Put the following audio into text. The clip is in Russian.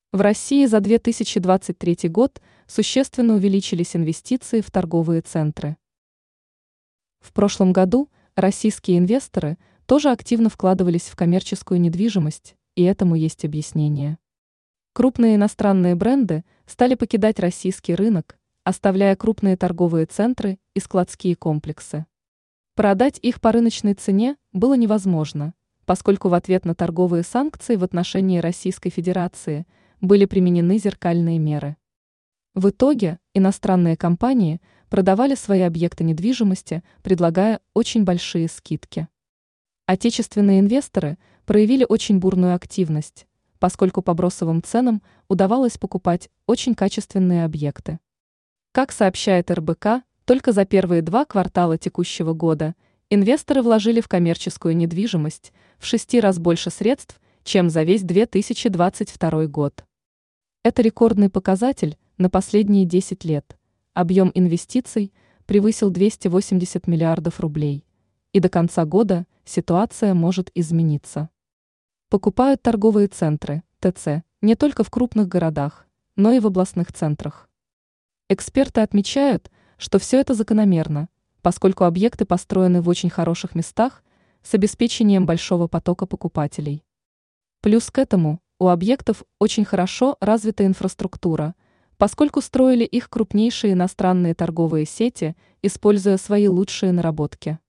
В России за 2023 год существенно увеличились инвестиции в торговые центры. В прошлом году российские инвесторы тоже активно вкладывались в коммерческую недвижимость, и этому есть объяснение. Крупные иностранные бренды стали покидать российский рынок, оставляя крупные торговые центры и складские комплексы. Продать их по рыночной цене было невозможно, поскольку в ответ на торговые санкции в отношении Российской Федерации были применены зеркальные меры. В итоге иностранные компании продавали свои объекты недвижимости, предлагая очень большие скидки. Отечественные инвесторы проявили очень бурную активность, поскольку по бросовым ценам удавалось покупать очень качественные объекты. Как сообщает РБК, только за первые 2 квартала текущего года инвесторы вложили в коммерческую недвижимость в 6 раз больше средств, чем за весь 2022 год. Это рекордный показатель на последние 10 лет. Объем инвестиций превысил 280 миллиардов рублей, и до конца года ситуация может измениться. Покупают торговые центры, ТЦ, не только в крупных городах, но и в областных центрах. Эксперты отмечают, что все это закономерно, поскольку объекты построены в очень хороших местах с обеспечением большого потока покупателей. Плюс к этому у объектов очень хорошо развита инфраструктура, поскольку строили их крупнейшие иностранные торговые сети, используя свои лучшие наработки.